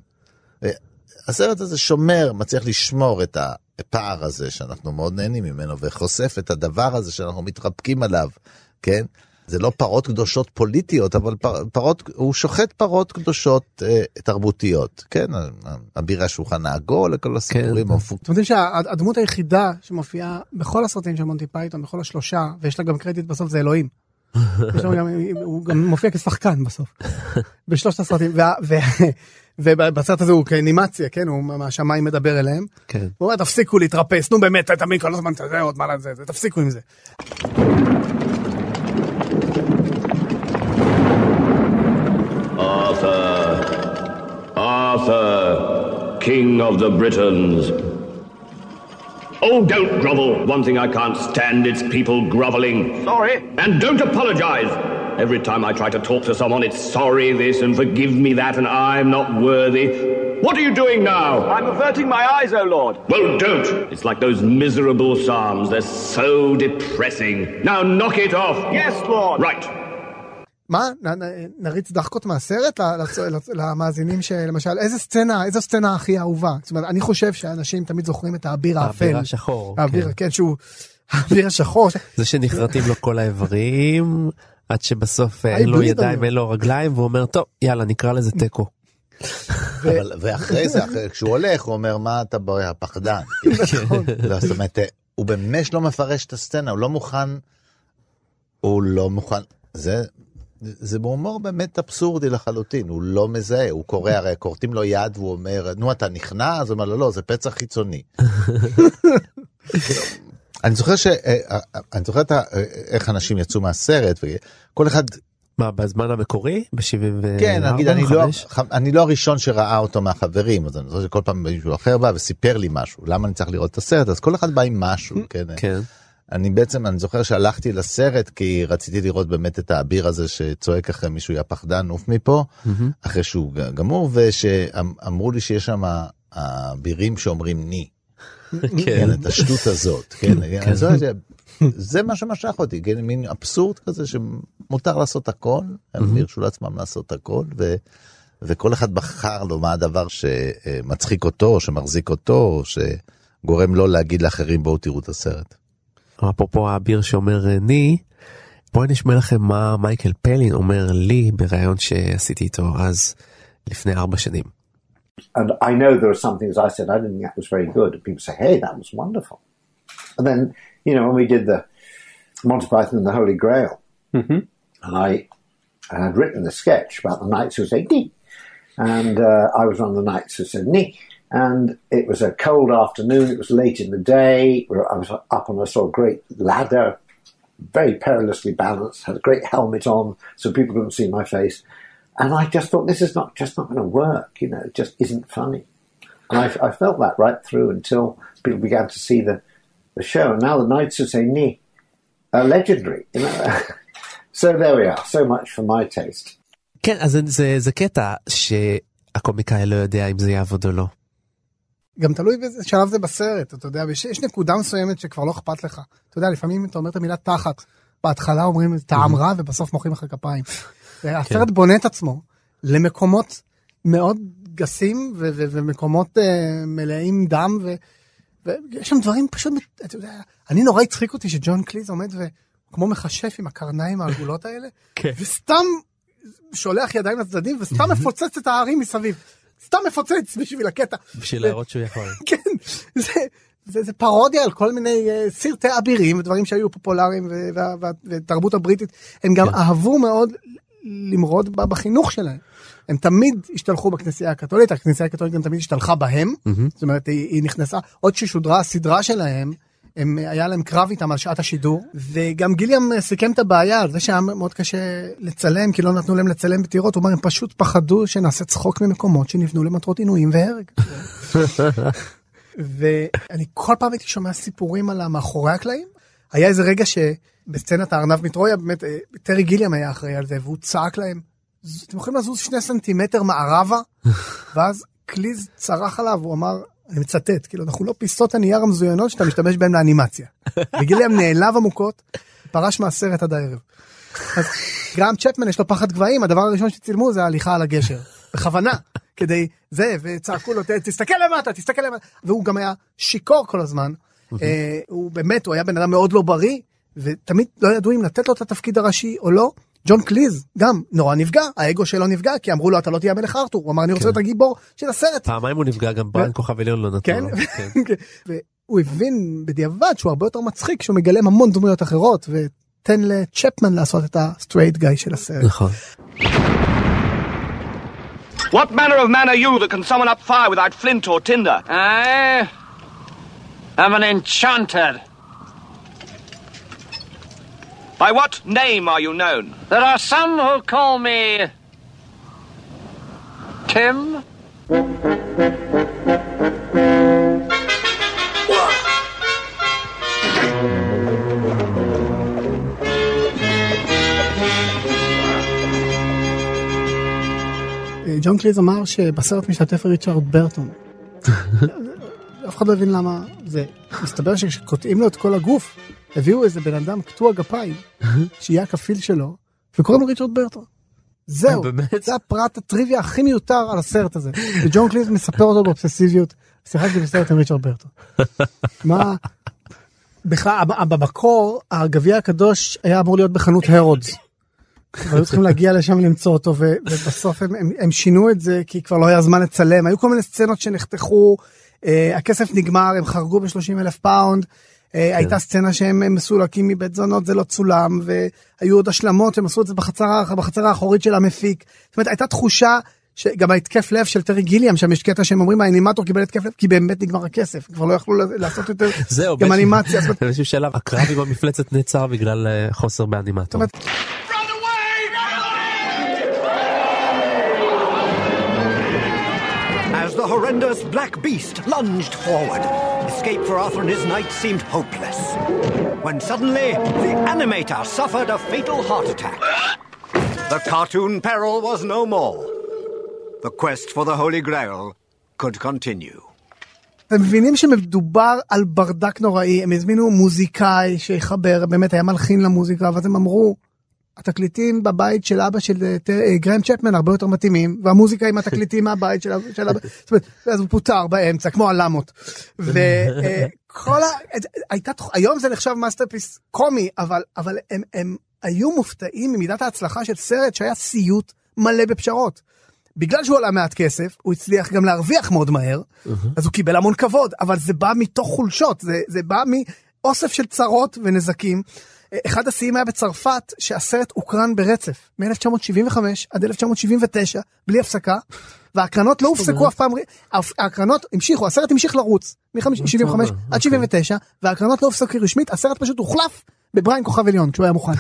הסרט הזה שומר, מצליח לשמור את הפער הזה שאנחנו מאוד נהנים ממנו, וחושף את הדבר הזה שאנחנו מתרפקים עליו, כן? זה לא פרות קדושות פוליטיות, אבל הוא שוחט פרות קדושות תרבותיות, כן? הבירה שולחן העגול, לכל הסיפורים המפוק. אתם יודעים שהדמות היחידה שמופיעה בכל הסרטים של מונטי פייתון, בכל השלושה, ויש לה גם קרדיט בסוף, זה אלוהים. הוא גם מופיע כשחקן בסוף, בשלושת הסרטים, ובסרט הזה הוא כאנימציה, כן, הוא מהשמיים מדבר אליהם, הוא אומר, תפסיקו להתרפס, נו באמת, תמיד כל הזמן, זה עוד מה לזה, תפסיקו עם זה. Arthur, King of the Britons. Oh, don't grovel. One thing I can't stand, it's people groveling. Sorry. And don't apologize. Every time I try to talk to someone, it's sorry this and forgive me that and I'm not worthy. What are you doing now? I'm averting my eyes, oh Lord. Well, don't. It's like those miserable psalms. They're so depressing. Now knock it off. Yes, Lord. Right. מה? נריץ דחקות מהסרט למאזינים שלמשל, איזו סצנה הכי אהובה? זאת אומרת, אני חושב שאנשים תמיד זוכרים את האביר האפל. האביר השחור. כן, שהוא האביר השחור. זה שנחרטים לו כל האיברים, עד שבסוף אין לו ידיים, אין לו רגליים, והוא אומר, טוב, יאללה, נקרא לזה טקו. ואחרי זה, כשהוא הולך, הוא אומר, מה אתה בורא, הפחדן? זאת אומרת, הוא באמת לא מפרש את הסצנה, הוא לא מוכן, זה בהומור באמת אבסורדי לחלוטין, הוא לא מזהה, הוא קורא, הרי קורטים לו יד והוא אומר, נו אתה נכנע? אז הוא אומר, לא, זה פצע חיצוני. אני זוכר איך אנשים יצאו מהסרט, וכל אחד... מה, בזמן המקורי? ב-74? כן, נגיד, אני לא הראשון שראה אותו מהחברים, אז אני זוכר שכל פעם מישהו אחר בא וסיפר לי משהו, למה אני צריך לראות את הסרט? אז כל אחד בא עם משהו, כן. אני זוכר שהלכתי לסרט כי רציתי לראות באמת את האביר הזה שצועק אחרי מישהו יא פחדן נוף מפה, אחרי שהוא גמור, ושאמרו לי שיש שם האבירים שאומרים ני. כן, את השטות הזאת. זה מה שמשך אותי, מין אבסורד כזה שמותר לעשות הכל, הם הרשו לעצמם לעשות הכל, וכל אחד בחר לו מה הדבר שמצחיק אותו, שמחזיק אותו, שגורם לו להגיד לאחרים בואו תראו את הסרט. אפרופו האביר שאומר ני, בואי נשמע לכם מה מייקל פלין אומר לי בראיון שעשיתי איתו אז לפני 4 שנים. And I know there are some things I said I didn't think that was very good. And people say, hey, that was wonderful. And then, you know, when we did the Monty Python and the Holy Grail, and I had written the sketch about the knights who say ni, and I was one of the knights who said ni. And it was a cold afternoon, it was late in the day, I was up on a sort of great ladder, very perilously balanced, had a great helmet on so people couldn't see my face. And I just thought, this is just not going to work, you know, it just isn't funny. And I felt that right through until people began to see the show. And now the Knights Who Say Ni are legendary, you know. So there we are, so much for my taste. כן, אז זה קטע שהקומיקאי לא יודע אם זה יעבוד או לא. גם תלוי באיזה שלב זה בסרט, אתה יודע, יש נקודה מסוימת שכבר לא אכפת לך. אתה יודע, לפעמים אתה אומר את המילה תחת, בהתחלה אומרים טעם רע ובסוף מוחאים לך כפיים. הסרט בונה את עצמו למקומות מאוד גסים ומקומות מלאים דם, ויש שם דברים פשוט, אתה יודע, אני נורא הצחיק אותי שג'ון קליז עומד וכמו מחשף עם הקרניים העגולות האלה, וסתם שולח ידיים לצדדים וסתם מפוצץ את הערים מסביב. סתם מפוצץ בשביל הקטע. בשביל להראות שהוא יכול. כן, זה פרודיה על כל מיני סרטי אבירים ודברים שהיו פופולריים ותרבות הבריטית. הם גם אהבו מאוד למרוד בחינוך שלהם. הם תמיד השתלחו בכנסייה הקתולית, הכנסייה הקתולית גם תמיד השתלחה בהם. זאת אומרת, היא נכנסה, עוד ששודרה הסדרה שלהם, היה להם קרב איתם על שעת השידור, וגם גיליאם סיכם את הבעיה על זה שהיה מאוד קשה לצלם, כי לא נתנו להם לצלם בטירות, הוא אומר, הם פשוט פחדו שנעשה צחוק ממקומות שנבנו למטרות עינויים והרג. ואני כל פעם הייתי שומע סיפורים על מאחורי הקלעים, היה איזה רגע שבסצנת הארנב מטרויה, באמת, טרי גיליאם היה אחראי על זה, והוא צעק להם, אתם יכולים לזוז 2 סנטימטר מערבה, ואז קליז צרח עליו, הוא אמר, אני מצטט, כאילו, אנחנו לא פיסות הנייר המזוינות שאתה משתמש בהן לאנימציה. וגיליאם נעלב עמוקות, פרש מהסרט עד הערב. אז גרם צ'פמן יש לו פחד גבהים, הדבר הראשון שצילמו זה ההליכה על הגשר. בכוונה, כדי זה, וצעקו לו, תסתכל למטה, תסתכל למטה. והוא גם היה שיקור כל הזמן. הוא באמת, הוא היה בן אדם מאוד לא בריא, ותמיד לא ידעו אם לתת לו את התפקיד הראשי או לא. ג'ון קליז גם נורא נפגע, האגו שלו נפגע, כי אמרו לו אתה לא תהיה מלך ארתור, הוא אמר אני רוצה להיות הגיבור של הסרט. פעמיים הוא נפגע, גם בריין כוכב עליון לא נתנו לו. והוא הבין בדיעבד שהוא הרבה יותר מצחיק, שהוא מגלם המון דמויות אחרות, ותן לצ'פמן לעשות את הסטרייט גאי של הסרט. נכון. What manner of man are you that can summon up fire without flint or tinder? I am an enchanter. By what name are you known? There are some who call me Tim. ג'ון קליז אמר שבסרט משתתף ריצ'רד ברטון. אף אחד לא הבין למה זה. מסתבר שכשקוטעים לו את כל הגוף, הביאו איזה בן אדם קטוע גפיים, שיהיה הכפיל שלו, וקוראים לו ריצ'רד ברטון. זהו, זה הפרט הטריוויה הכי מיותר על הסרט הזה. וג'ון קליז מספר אותו באובססיביות, שיחקתי בסרט עם ריצ'רד ברטון. מה? בכלל, במקור, הגביע הקדוש היה אמור להיות בחנות הרודס. והיו צריכים להגיע לשם למצוא אותו, ובסוף הם שינו את זה, כי כבר לא היה זמן לצלם. היו כל מיני סצנות שנחתכו, הכסף נגמר, הם חרגו ב-30,000 פאונד, הייתה סצנה שהם מסולקים מבית זונות, זה לא צולם, והיו עוד השלמות, הם עשו את זה בחצר האחורית של המפיק. זאת אומרת, הייתה תחושה שגם ההתקף לב של טרי גיליאם, שם יש קטע שהם אומרים, האנימטור קיבל התקף לב, כי באמת נגמר הכסף, כבר לא יכלו לעשות יותר גם אנימציה. באיזשהו שלב, הקרב במפלצת נעצר בגלל חוסר באנימטור. As the horrendous black beast lunged forward, escape for Arthur and his knights seemed hopeless. When suddenly, the animator suffered a fatal heart attack. The cartoon peril was no more. The quest for the Holy Grail could continue. אתם מבינים שמדובר על ברדק נוראי, הם הזמינו מוזיקאי שיחבר, באמת היה מלחין למוזיקה, ואז הם אמרו, התקליטים בבית של אבא של גרם צ'פמן הרבה יותר מתאימים, והמוזיקה עם התקליטים מהבית של אבא, זאת אומרת, אז הוא פוטר באמצע, כמו הלמות. היום זה נחשב מאסטרפיס קומי, אבל הם היו מופתעים ממידת ההצלחה של סרט שהיה סיוט מלא בפשרות. בגלל שהוא עלה מעט כסף, הוא הצליח גם להרוויח מאוד מהר, אז הוא קיבל המון כבוד, אבל זה בא מתוך חולשות, זה בא מאוסף של צרות ונזקים. אחד השיאים היה בצרפת, שהסרט הוקרן ברצף, מ-1975 עד 1979, בלי הפסקה, וההקרנות לא הופסקו אף פעם, ההקרנות המשיכו, הסרט המשיך לרוץ, מ-75 עד 79, וההקרנות לא הופסקו רשמית, הסרט פשוט הוחלף בבריין כוכב עליון, כשהוא היה מוכן.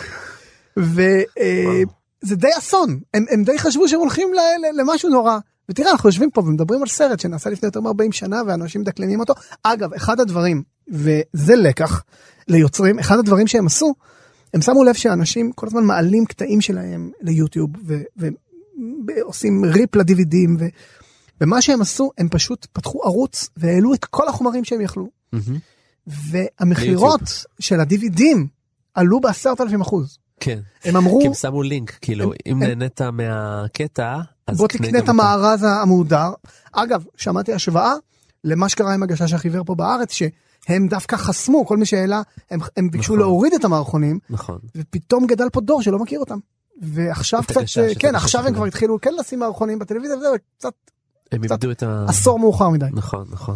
וזה די אסון, הם די חשבו שהם הולכים למשהו נורא, ותראה, אנחנו יושבים פה ומדברים על סרט שנעשה לפני יותר מ-40 שנה, ואנשים מדקלמים אותו. אגב, אחד הדברים, וזה לקח ליוצרים, אחד הדברים שהם עשו, הם שמו לב שאנשים כל הזמן מעלים קטעים שלהם ליוטיוב, ועושים ריפ לדיווידים, ומה שהם עשו, הם פשוט פתחו ערוץ, והעלו את כל החומרים שהם יכלו. והמחירות של הדיווידים עלו ב10,000%. כן. הם אמרו... כי הם שמו לינק, כאילו, אם נהנית מהקטע, בוא תקנה את המארז המהודר. אגב, שמעתי השוואה למה שקרה עם הגשש החיוור פה בארץ, שהם דווקא חסמו, כל מי שאלה, הם ביקשו להוריד את המערכונים, ופתאום גדל פה דור שלא מכיר אותם. ועכשיו קצת, כן, עכשיו הם כבר התחילו כן לשים מערכונים בטלוויזיה, וזה קצת עשור מאוחר מדי. נכון, נכון.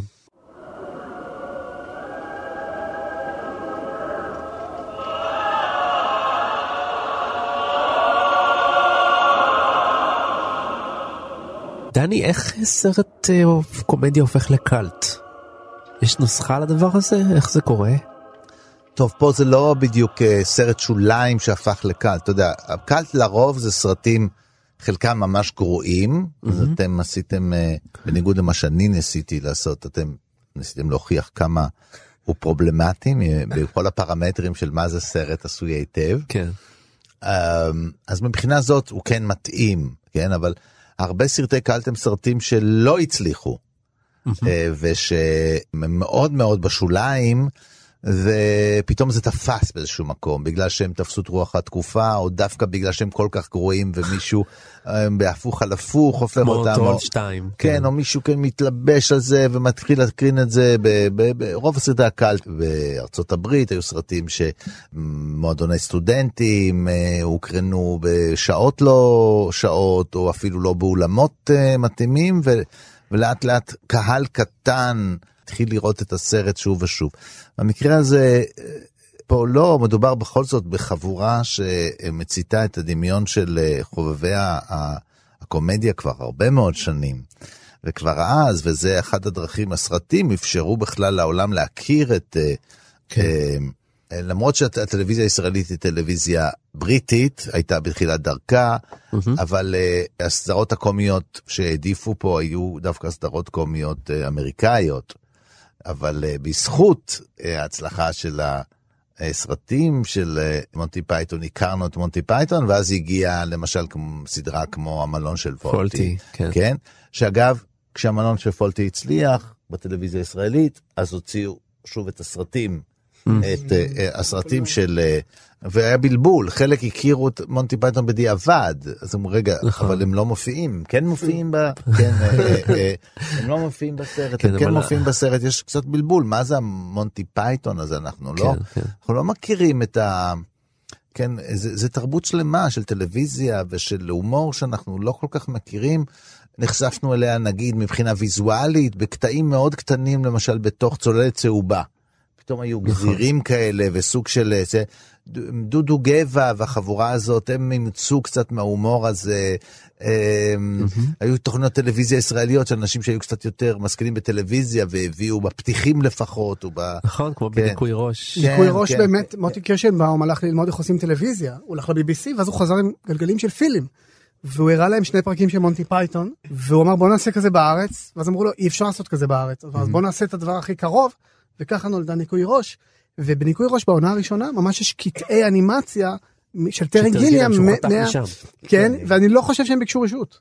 דני, איך סרט קומדיה הופך לקלט? יש נוסחה לדבר הזה? איך זה קורה? טוב, פה זה לא בדיוק סרט שוליים שהפך לקלט. אתה יודע, הקלט לרוב זה סרטים, חלקם ממש גרועים, אז אתם עשיתם, בניגוד למה שאני ניסיתי לעשות, אתם ניסיתם להוכיח כמה הוא פרובלמטי, בכל הפרמטרים של מה זה סרט עשוי היטב. כן. אז מבחינה זאת הוא כן מתאים, כן, אבל... הרבה סרטי קלט הם סרטים שלא הצליחו, ושהם מאוד מאוד בשוליים, ופתאום זה תפס באיזשהו מקום, בגלל שהם תפסו את רוח התקופה, או דווקא בגלל שהם כל כך גרועים, ומישהו בהפוך על הפוך, הופך אותם. כמו טול 2. כן, או מישהו כן מתלבש על זה, ומתחיל להקרין את זה, ברוב הסרטי הקלט בארצות הברית, היו סרטים שמועדוני סטודנטים, הוקרנו בשעות לא שעות, או אפילו לא באולמות מתאימים, ולאט לאט קהל קטן, התחיל לראות את הסרט שוב ושוב. במקרה הזה, פה לא, מדובר בכל זאת בחבורה שמציתה את הדמיון של חובבי הקומדיה כבר הרבה מאוד שנים. וכבר אז, וזה אחד הדרכים, הסרטים אפשרו בכלל לעולם להכיר את... למרות שהטלוויזיה הישראלית היא טלוויזיה בריטית, הייתה בתחילת דרכה, אבל הסדרות הקומיות שהעדיפו פה היו דווקא סדרות קומיות אמריקאיות. אבל בזכות ההצלחה של הסרטים של מונטי פייתון, הכרנו את מונטי פייתון, ואז הגיע למשל סדרה כמו המלון של פולטי. כן? שאגב, כשהמלון של פולטי הצליח בטלוויזיה הישראלית, אז הוציאו שוב את הסרטים, את הסרטים של... והיה בלבול, חלק הכירו את מונטי פייתון בדיעבד, אז אמרו, רגע, אבל הם לא מופיעים, כן מופיעים הם לא מופיעים בסרט, הם כן מופיעים בסרט, יש קצת בלבול, מה זה המונטי פייתון הזה, אנחנו לא מכירים את ה... כן, זה תרבות שלמה של טלוויזיה ושל הומור שאנחנו לא כל כך מכירים, נחשפנו אליה נגיד מבחינה ויזואלית, בקטעים מאוד קטנים, למשל בתוך צוללת צהובה, פתאום היו גזירים כאלה וסוג של... דודו גבע והחבורה הזאת, הם אימצו קצת מההומור הזה, היו תוכניות טלוויזיה ישראליות של אנשים שהיו קצת יותר משכילים בטלוויזיה, והביאו בפתיחים לפחות. נכון, כמו בניקוי ראש. ניקוי ראש באמת, מוטי קירשנבאום הלך ללמוד איך עושים טלוויזיה, הוא הלך ל-BBC, ואז הוא חזר עם גלגלים של פילים, והוא הראה להם 2 פרקים של מונטי פייתון, והוא אמר בוא נעשה כזה בארץ, ואז אמרו לו אי אפשר לעשות כזה בארץ, אז בוא נעשה את הדבר הכי קרוב, וככה נולדה ניקוי ראש. ובניקוי ראש בעונה הראשונה ממש יש קטעי אנימציה של טרי גיליאם, כן, ואני לא חושב שהם ביקשו רשות.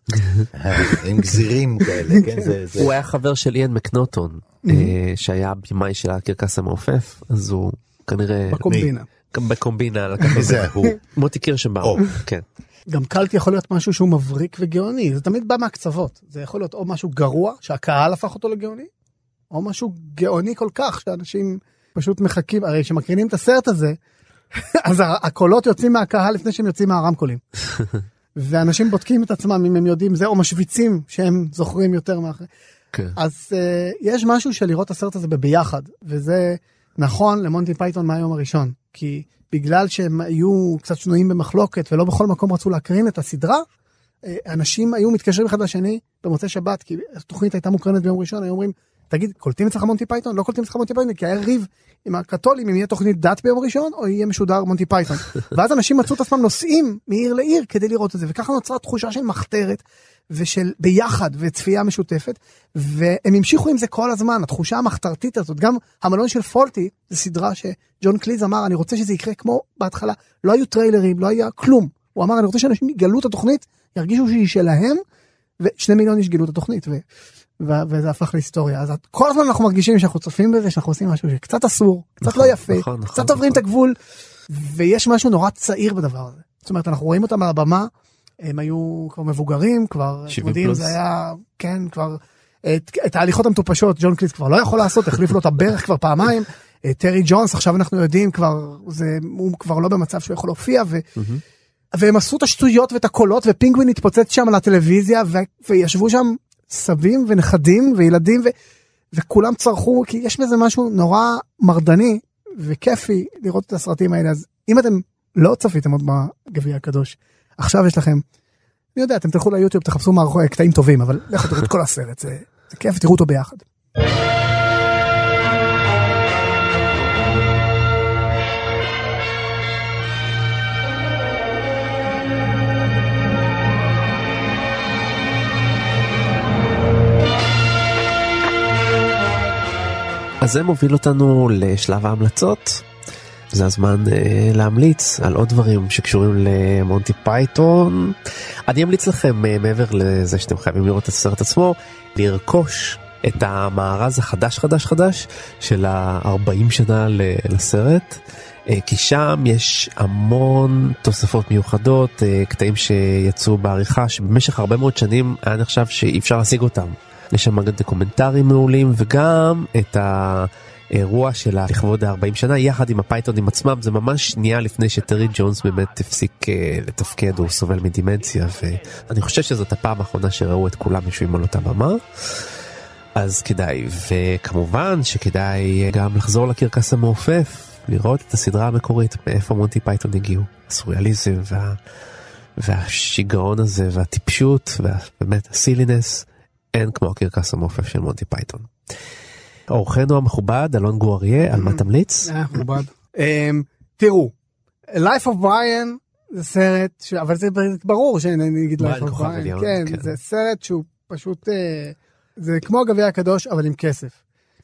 עם גזירים כאלה, כן, הוא היה חבר של איין מקנוטון, שהיה במאי של הקרקס המעופף, אז הוא כנראה... בקומבינה. זה הוא. מוטי קירשנבאום, כן. גם קלט יכול להיות משהו שהוא מבריק וגאוני, זה תמיד בא מהקצוות, זה יכול להיות או משהו גרוע, שהקהל הפך אותו לגאוני, או משהו גאוני כל כך, שאנשים... פשוט מחכים, הרי שמקרינים את הסרט הזה, אז הקולות יוצאים מהקהל לפני שהם יוצאים מהרמקולים. ואנשים בודקים את עצמם אם הם יודעים זה, או משוויצים שהם זוכרים יותר מאחרי. אז יש משהו של לראות את הסרט הזה ביחד, וזה נכון למונטי פייתון מהיום הראשון, כי בגלל שהם היו קצת שנויים במחלוקת, ולא בכל מקום רצו להקרין את הסדרה, אנשים היו מתקשרים אחד לשני במוצאי שבת, כי התוכנית הייתה מוקרנת ביום ראשון, היו אומרים, תגיד, קולטים אצלך מונטי פייתון? לא קולטים אצלך מונטי פייתון, כי היה ריב עם הקתולים, אם יהיה תוכנית דת ביום ראשון, או יהיה משודר מונטי פייתון. ואז אנשים מצאו את עצמם נוסעים מעיר לעיר כדי לראות את זה, וככה נוצרה תחושה של מחתרת, ושל ביחד, וצפייה משותפת, והם המשיכו עם זה כל הזמן, התחושה המחתרתית הזאת, גם המלון של פולטי, זו סדרה שג'ון קליז אמר, אני רוצה שזה יקרה כמו בהתחלה, לא היו טריילרים, לא היה כלום. הוא אמר, אני רוצה שאנשים יגלו את התוכנית, ירגישו שהיא שלהם, ו2 מיליון ישגלו את התוכנית, וזה הפך להיסטוריה. אז כל הזמן אנחנו מרגישים שאנחנו צופים בזה, שאנחנו עושים משהו שקצת אסור, קצת לא יפה, קצת עוברים את הגבול, ויש משהו נורא צעיר בדבר הזה. זאת אומרת, אנחנו רואים אותם על הבמה, הם היו כבר מבוגרים, כבר, יודעים, זה היה, כן, כבר, את ההליכות המטופשות, ג'ון קליז כבר לא יכול לעשות, החליף לו את הברך כבר פעמיים, טרי ג'ונס, עכשיו אנחנו יודעים, כבר, הוא כבר לא במצב שהוא יכול להופיע, והם עשו את השטויות ואת הקולות, ופינגווין התפוצץ שם על הטלוויזיה, וישבו שם סבים ונכדים וילדים, וכולם צרכו, כי יש בזה משהו נורא מרדני, וכיפי לראות את הסרטים האלה. אז אם אתם לא צפיתם עוד בגביע הקדוש, עכשיו יש לכם, אני יודע, אתם תלכו ליוטיוב, תחפשו קטעים טובים, אבל לכו תראו את כל הסרט, זה כיף, תראו אותו ביחד. אז זה מוביל אותנו לשלב ההמלצות. זה הזמן להמליץ על עוד דברים שקשורים למונטי פייתון. אני אמליץ לכם, מעבר לזה שאתם חייבים לראות את הסרט עצמו, לרכוש את המארז החדש של 40 שנה לסרט, כי שם יש המון תוספות מיוחדות, קטעים שיצאו בעריכה שבמשך הרבה מאוד שנים היה נחשב שאי אפשר להשיג אותם. יש שם גם דוקומנטרים מעולים, וגם את האירוע של לכבוד 40 שנה, יחד עם הפייתונים עצמם. זה ממש שנייה לפני שטרי ג'ונס באמת הפסיק לתפקד, הוא סובל מדימנציה, ואני חושב שזאת הפעם האחרונה שראו את כולם יושבים על אותה במה. אז כדאי, וכמובן שכדאי גם לחזור לקרקס המעופף, לראות את הסדרה המקורית, מאיפה מונטי פייתון הגיעו, הסוריאליזם והשיגעון הזה, והטיפשות, ובאמת הסילינס, אין כמו הקרקס המעופף של מונטי פייתון. אורחנו המכובד, אלון גואריה, על מה תמליץ? מכובד. תראו, Life of Brian זה סרט, אבל זה ברור שאני אגיד Life of Brian, כן, זה סרט שהוא פשוט, זה כמו הגביע הקדוש, אבל עם כסף.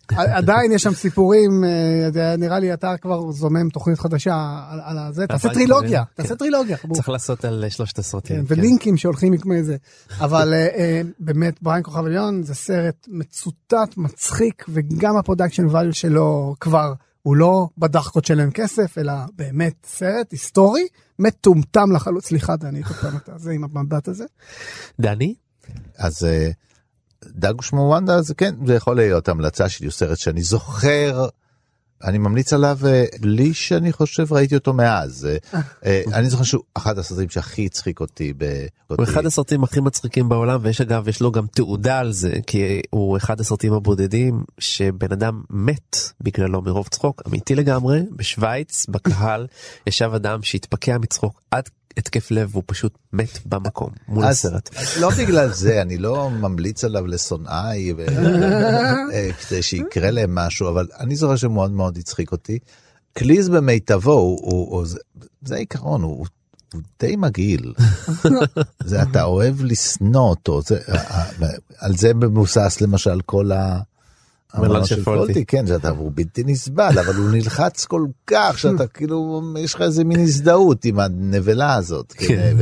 עדיין יש שם סיפורים, נראה לי אתה כבר זומם תוכנית חדשה על זה, תעשה טרילוגיה, צריך לעשות על 3 הסרטים. ולינקים שהולכים מזה, אבל באמת בריאן כוכב עליון זה סרט מצוטט, מצחיק, וגם הפרודקשן ואליו שלו כבר, הוא לא בדחקות שלהם כסף, אלא באמת סרט היסטורי, מטומטם לחלוט, סליחה דני, זה עם המבט הזה. דני? אז דג ושמו וונדה, זה כן, זה יכול להיות המלצה שלי, הוא סרט שאני זוכר, אני ממליץ עליו בלי שאני חושב ראיתי אותו מאז. אני זוכר שהוא אחד הסרטים שהכי הצחיק אותי. הוא אחד הסרטים הכי מצחיקים בעולם, ויש אגב, יש לו גם תעודה על זה, כי הוא אחד הסרטים הבודדים שבן אדם מת בגללו מרוב צחוק, אמיתי לגמרי, בשוויץ, בקהל, ישב אדם שהתפקע מצחוק עד התקף לב, הוא פשוט מת במקום מול הסרט. אז לא בגלל זה, אני לא ממליץ עליו לשונאי כדי שיקרה להם משהו, אבל אני זוכר שמאוד מאוד הצחיק אותי. קליז במיטבו, זה העיקרון, הוא די מגעיל. אתה אוהב לסנוע אותו, על זה מבוסס למשל כל המלון של פולטי, כן, הוא בלתי נסבל, אבל הוא נלחץ כל כך, שאתה כאילו, יש לך איזה מין הזדהות עם הנבלה הזאת.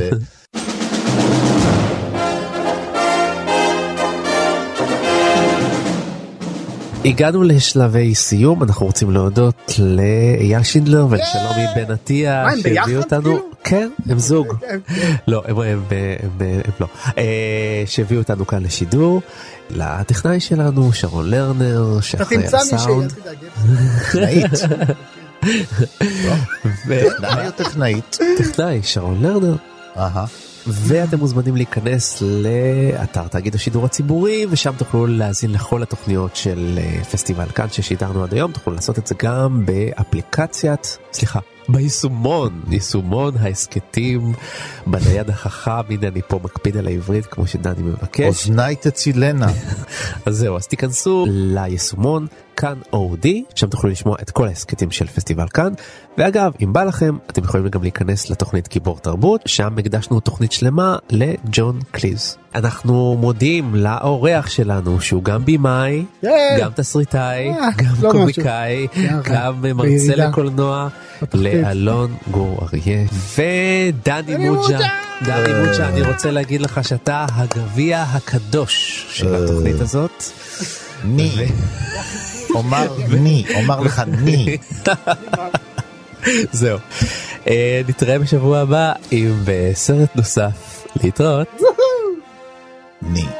הגענו לשלבי סיום, אנחנו רוצים להודות לאייל שינדלר ולשלומי בן עטיה שהביאו אותנו, כן, הם זוג, לא, הם לא, שהביאו אותנו כאן לשידור, לטכנאי שלנו שרון לרנר, שאחראי על הסאונד, טכנאי שרון לרנר, ואתם מוזמנים להיכנס לאתר תאגיד השידור הציבורי, ושם תוכלו להזין לכל התוכניות של פסטיבל כאן ששידרנו עד היום. תוכלו לעשות את זה גם ביישומון ההסקטים בנייד החכם. הנה אני פה מקפיד על העברית כמו שדני מבקש. אוזני תצילנה. אז זהו, אז תיכנסו ליישומון כאן אודי, שם תוכלו לשמוע את כל ההסקטים של פסטיבל כאן. ואגב, אם בא לכם, אתם יכולים גם להיכנס לתוכנית גיבור תרבות, שם הקדשנו תוכנית שלמה לג'ון קליז. אנחנו מודים לאורח שלנו, שהוא גם בימאי, גם תסריטאי, גם קומיקאי, גם מרצה לקולנוע, לאלון גור אריה, ודני מוג'ה. דני מוג'ה, אני רוצה להגיד לך שאתה הגביע הקדוש של התוכנית הזאת. אומר לך ני. זהו. נתראה בשבוע הבא עם סרט נוסף. להתראות. ני.